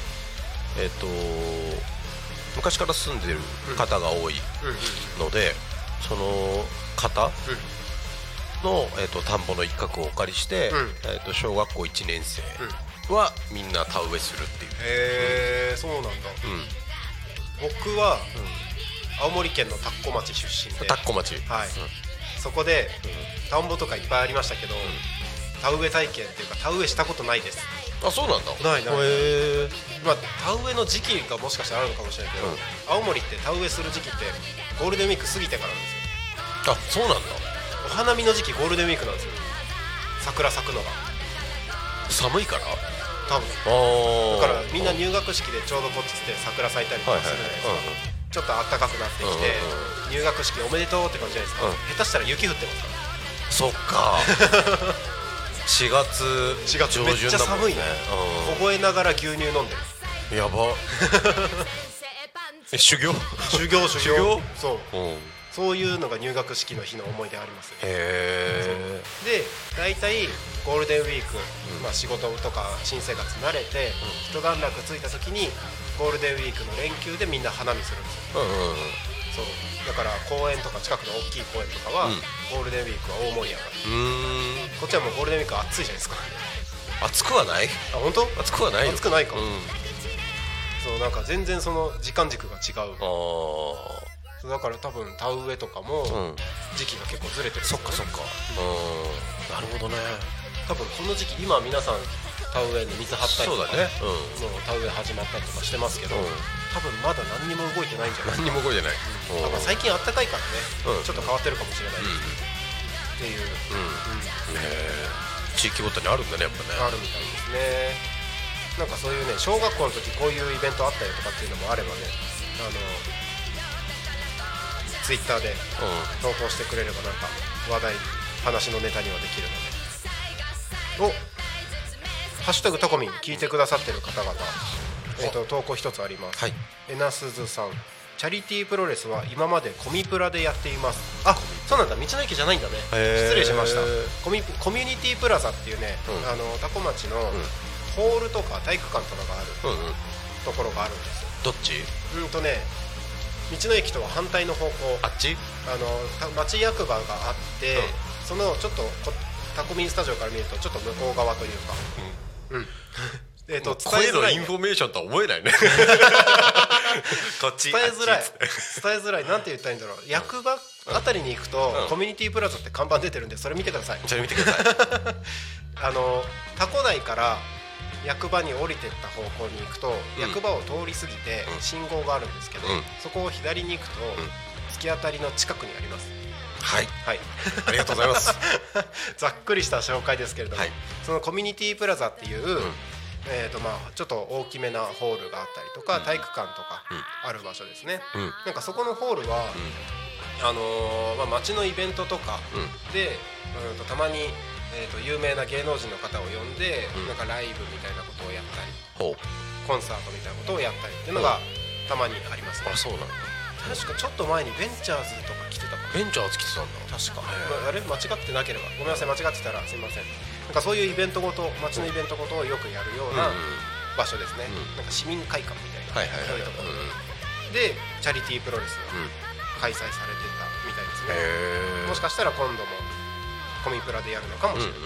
昔から住んでる方が多いので、その方の、田んぼの一角をお借りして、小学校1年生はみんな田植えするっていう。 へえ、そうなんだ。僕は青森県の田子町出身で。 田子町、 はい、そこで田んぼとかいっぱいありましたけど、田植え体験っていうか田植えしたことないです。 そうなんだ。 ない。まあ田植えの時期がもしかしたらあるのかもしれないけど、青森って田植えする時期ってゴールデンウィーク過ぎてからなんですよ。 そうなんだ。 お花見の時期ゴールデンウィークなんですよ。桜咲くのが。 寒いから。 多分。だからみんな入学式でちょうどこっちって桜咲いたりとかするじゃないですか。ちょっと暖かくなってきて、入学式おめでとうって感じじゃないですか。下手したら雪降ってますから。 そっか4月上旬だもんね。 めっちゃ寒いね。凍えながら牛乳飲んでる。やば修行そういうのが入学式の日の思い出あります。 へー。で大体ゴールデンウィーク、仕事とか新生活慣れて、一段落ついた時にゴールデンウィークの連休でみんな花見するんですよ。そうだから公園とか近くの大きい公園とかは、ゴールデンウィークは大盛り上がり。こっちはもうゴールデンウィークは暑いじゃないですか。 暑くはない。 本当？ 暑くはないよ。 暑くないか。そうなんか全然その時間軸が違う。 だから多分田植えとかも時期が結構ずれてるんですよね。 そっかそっか、なるほどね。 多分この時期今皆さん田植えに水張ったりとか、 そうだね、 もう田植え始まったりとかしてますけど、多分まだ何にも動いてないんじゃない何にも動いてない、 まあ最近あったかいからね、ちょっと変わってるかもしれないですけど、っていう、 地域ごとにあるんだねやっぱね。 あるみたいですね。なんかそういうね、小学校の時こういうイベントあったよとかっていうのもあればね、ツイッターで投稿してくれればなんか話題、話のネタにはできるので。ハッシュタグタコミン聞いてくださってる方々、投稿一つあります。えなすずさん、チャリティープロレスは今までコミプラでやっています。あ、そうなんだ、道の駅じゃないんだね。失礼しました。コミュニティプラザっていうね、多古町のホールとか体育館とかがあるところがあるんですよ。 どっち？ 道の駅とは反対の方向、 あっち？ 町役場があって、そのちょっとタコミンスタジオから見るとちょっと向こう側というか、伝えづらい、 インフォメーションとは思えないねこっち伝えづらいなんて言ったらいいんだろう。役場あたりに行くと、コミュニティプラザって看板出てるんで、それ見てください。 それ見てくださいタコ台から役場に降りてった方向に行くと、役場を通り過ぎて信号があるんですけど、そこを左に行くと突き当たりの近くにあります。 はい、ありがとうございますざっくりした紹介ですけれども、そのコミュニティプラザっていう、ちょっと大きめなホールがあったりとか、体育館とかある場所ですね。なんかそこのホールは、街のイベントとかで、たまに、有名な芸能人の方を呼んで、なんかライブみたいなことをやったり、コンサートみたいなことをやったりっていうのがたまにありますね。 あ、そうなんだ。 確かちょっと前にベンチャーズとか来てたかも。 ベンチャーズ来てたんだ。 確か、あれ間違ってなければごめんなさい、間違ってたらすいません。なんかそういうイベントごと、街のイベントごとをよくやるような場所ですね。なんか市民会館みたいな、そういうところでチャリティープロレスが開催されてたみたいですね。もしかしたら今度もコミプラでやるのかもしれないです。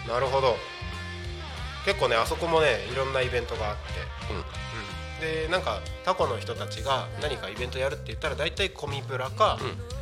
なるほど。結構ね、あそこもね、いろんなイベントがあって、でなんかタコの人たちが何かイベントやるって言ったら大体コミプラか、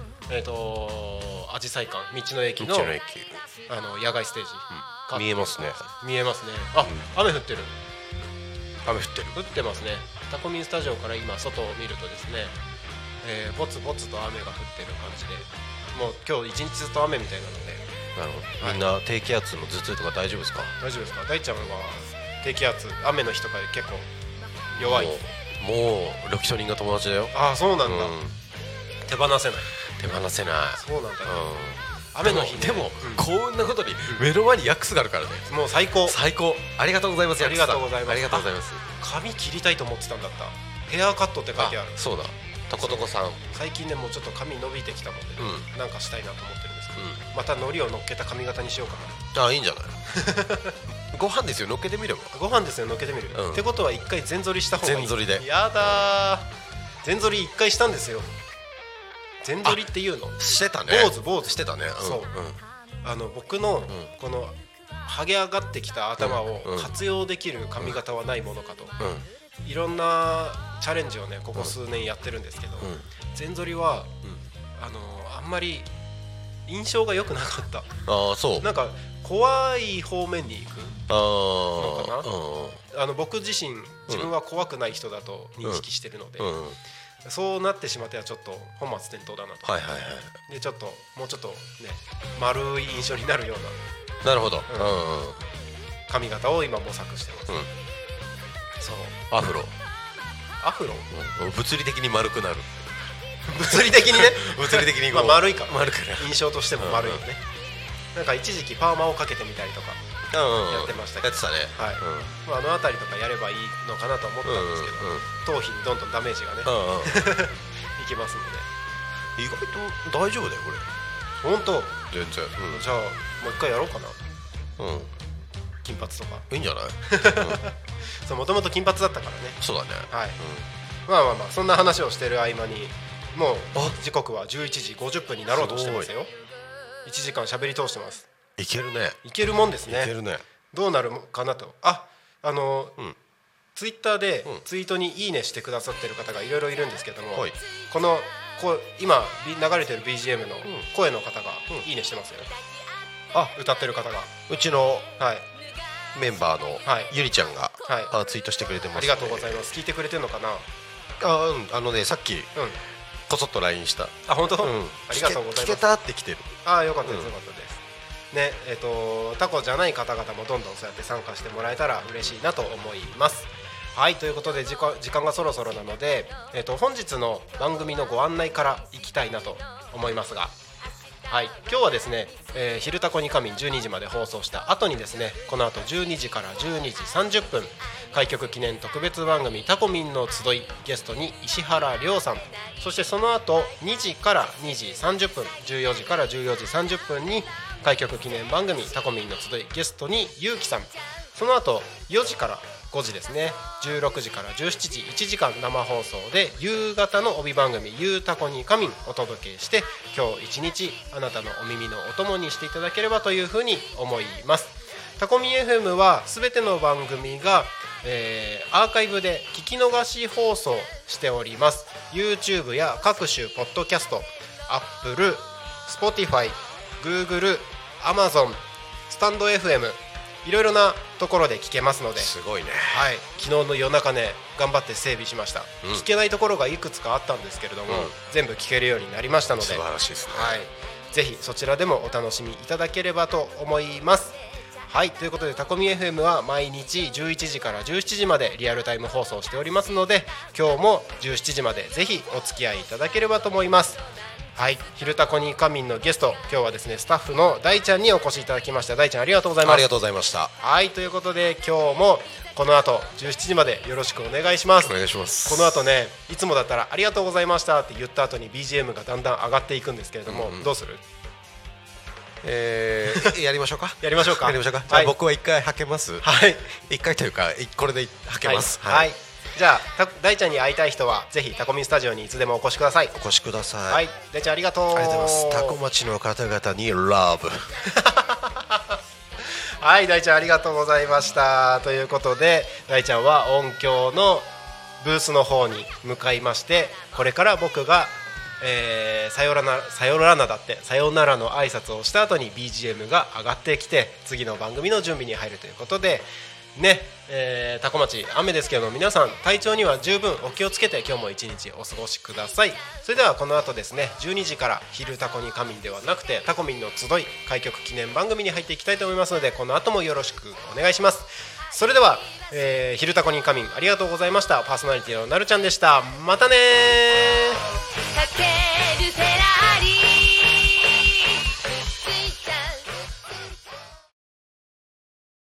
アジサイ館、道の駅の野外ステージ、 見えますね。 見えますね。あ、雨降ってる。 雨降ってる。 降ってますね。タコミンスタジオから今外を見るとですね、ぼつぼつと雨が降ってる感じで、もう今日一日ずっと雨みたいなので。 なるほど。みんな低気圧の頭痛とか大丈夫ですか？ 大丈夫ですか？大ちゃんは低気圧、雨の日とか結構弱い。 もうロキソニンが友達だよ。 ああ、そうなんだ。手放せない。 手放せない。 そうなんだ。雨の日でもこんなことに目の前にヤックスがあるからね。 もう最高。 最高。ありがとうございます。 ありがとうございます。 ありがとうございます。 髪切りたいと思ってたんだった。ヘアカットって書いてある。 そうだ。とことこさん。 最近ね、もうちょっと髪伸びてきたので、なんかしたいなと思ってるんですけど、また海苔を乗っけた髪型にしようかな。あ、いいんじゃない。ご飯ですよ、乗っけてみれば。 ご飯ですよ、乗っけてみる。ってことは一回全剃りした方がいい。 全剃りで。 やだー。全剃り一回したんですよ。全剃りっていうの？ してたね。坊主してたね。 そう。僕のこの剥げ上がってきた頭を活用できる髪型はないものかと。いろんなチャレンジをね、ここ数年やってるんですけど、全剃りはあんまり印象が良くなかった。 ああ、そう。 なんか怖い方面に行くのかな。僕自身、自分は怖くない人だと認識してるので、そうなってしまってはちょっと本末転倒だなと。でちょっともうちょっとね、丸い印象になるような。なるほど。 髪型を今模索してます。そう。 アフロ。物理的に丸くなる。 物理的にね。 物理的に丸いから。印象としても丸いよね。なんか一時期パーマをかけてみたりとかやってましたけど。 やってたね。 はい。あの辺りとかやればいいのかなと思ったんですけど、頭皮にどんどんダメージがねいきますので。意外と大丈夫だよこれ。 本当？ 全然。 じゃあもう一回やろうかな。金髪とかいいんじゃない？ そう、もともと金髪だったからね。 そうだね。 はい。まあそんな話をしてる合間にもう時刻は11時50分になろうとしてますよ。1時間喋り通してます。 いけるね。 いけるもんですね。 いけるね。 どうなるかなと。 ツイッターでツイートにいいねしてくださってる方がいろいろいるんですけども、 はい、 今流れてる BGM の声の方がいいねしてますよ、歌ってる方がうちのメンバーのゆりちゃんがツイートしてくれてます、ね、 ありがとうございます。聞いてくれてるのかな。 さっきこそっと LINE した。 本当、ありがとうございます。 聞けたって来てる。 よかったです、よかったですね。タコじゃない方々もどんどんそうやって参加してもらえたら嬉しいなと思います。はい、ということで時間がそろそろなので、本日の番組のご案内からいきたいなと思いますが、はい、今日はですね、昼タコに仮眠12時まで放送した後にですね、この後12時から12時30分開局記念特別番組タコミンの集い、ゲストに石原亮さん、そしてその後2時から2時30分14時から14時30分に開局記念番組タコミンの集い、ゲストにゆうきさん、その後4時から5時ですね、16時から17時1時間生放送で夕方の帯番組ゆうたこに仮眠お届けして、今日一日あなたのお耳のお供にしていただければというふうに思います。タコミ FM はすべての番組が、アーカイブで聞き逃し放送しております。 YouTube や各種ポッドキャスト、 Apple、 Spotify、 Google、 Amazon、 スタンド FM、いろいろなところで聞けますので、 すごいね、 はい、昨日の夜中ね頑張って整備しました、聞けないところがいくつかあったんですけれども、全部聞けるようになりましたので、 素晴らしいですね、 はい、ぜひそちらでもお楽しみいただければと思います。はい、ということでタコミ FM は毎日11時から17時までリアルタイム放送しておりますので、今日も17時までぜひお付き合いいただければと思います。はい、昼タコに仮眠のゲスト、今日はですねスタッフの大ちゃんにお越しいただきました。大ちゃんありがとうございます。 ありがとうございました。 はい、ということで今日もこの後17時までよろしくお願いします。 お願いします。 この後ね、いつもだったらありがとうございましたって言った後に BGM がだんだん上がっていくんですけれども、どうする？ やりましょうか。 やりましょうか。 じゃあ僕は一回はけます。 はい。 一回というかこれではけます。 はい。じゃあ大ちゃんに会いたい人はぜひタコミンスタジオにいつでもお越しください。 お越しください。 はい。大ちゃんありがとう。 ありがとうございます。タコ町の方々にラブ。 はい、大ちゃんありがとうございました。ということで大ちゃんは音響のブースの方に向かいまして、これから僕がさよならの挨拶をした後に BGM が上がってきて次の番組の準備に入るということでね、タコ町雨ですけども、皆さん体調には十分お気をつけて今日も一日お過ごしください。それではこの後ですね、12時から昼タコに仮眠ではなくてタコミンの集い開局記念番組に入っていきたいと思いますので、この後もよろしくお願いします。それでは、昼タコに仮眠ありがとうございました。パーソナリティのなるちゃんでした。またねー。